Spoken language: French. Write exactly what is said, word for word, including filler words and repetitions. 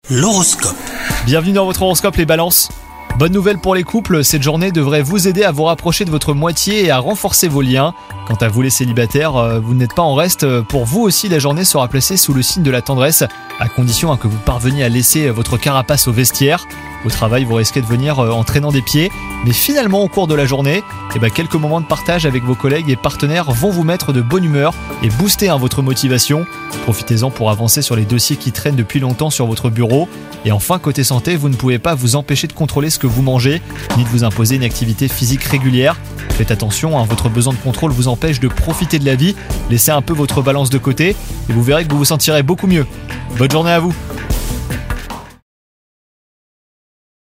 L'horoscope. Bienvenue dans votre horoscope les balances. Bonne nouvelle pour les couples, cette journée devrait vous aider à vous rapprocher de votre moitié et à renforcer vos liens. Quant à vous les célibataires, vous n'êtes pas en reste. Pour vous aussi, la journée sera placée sous le signe de la tendresse, à condition que vous parveniez à laisser votre carapace au vestiaire. Au travail, vous risquez de venir en traînant des pieds, mais finalement au cours de la journée, eh ben, quelques moments de partage avec vos collègues et partenaires vont vous mettre de bonne humeur et booster hein, votre motivation. Profitez-en pour avancer sur les dossiers qui traînent depuis longtemps sur votre bureau. Et enfin, côté santé, vous ne pouvez pas vous empêcher de contrôler ce que vous mangez, ni de vous imposer une activité physique régulière. Faites attention, hein, votre besoin de contrôle vous empêche de profiter de la vie. Laissez un peu votre balance de côté et vous verrez que vous vous sentirez beaucoup mieux. Bonne journée à vous.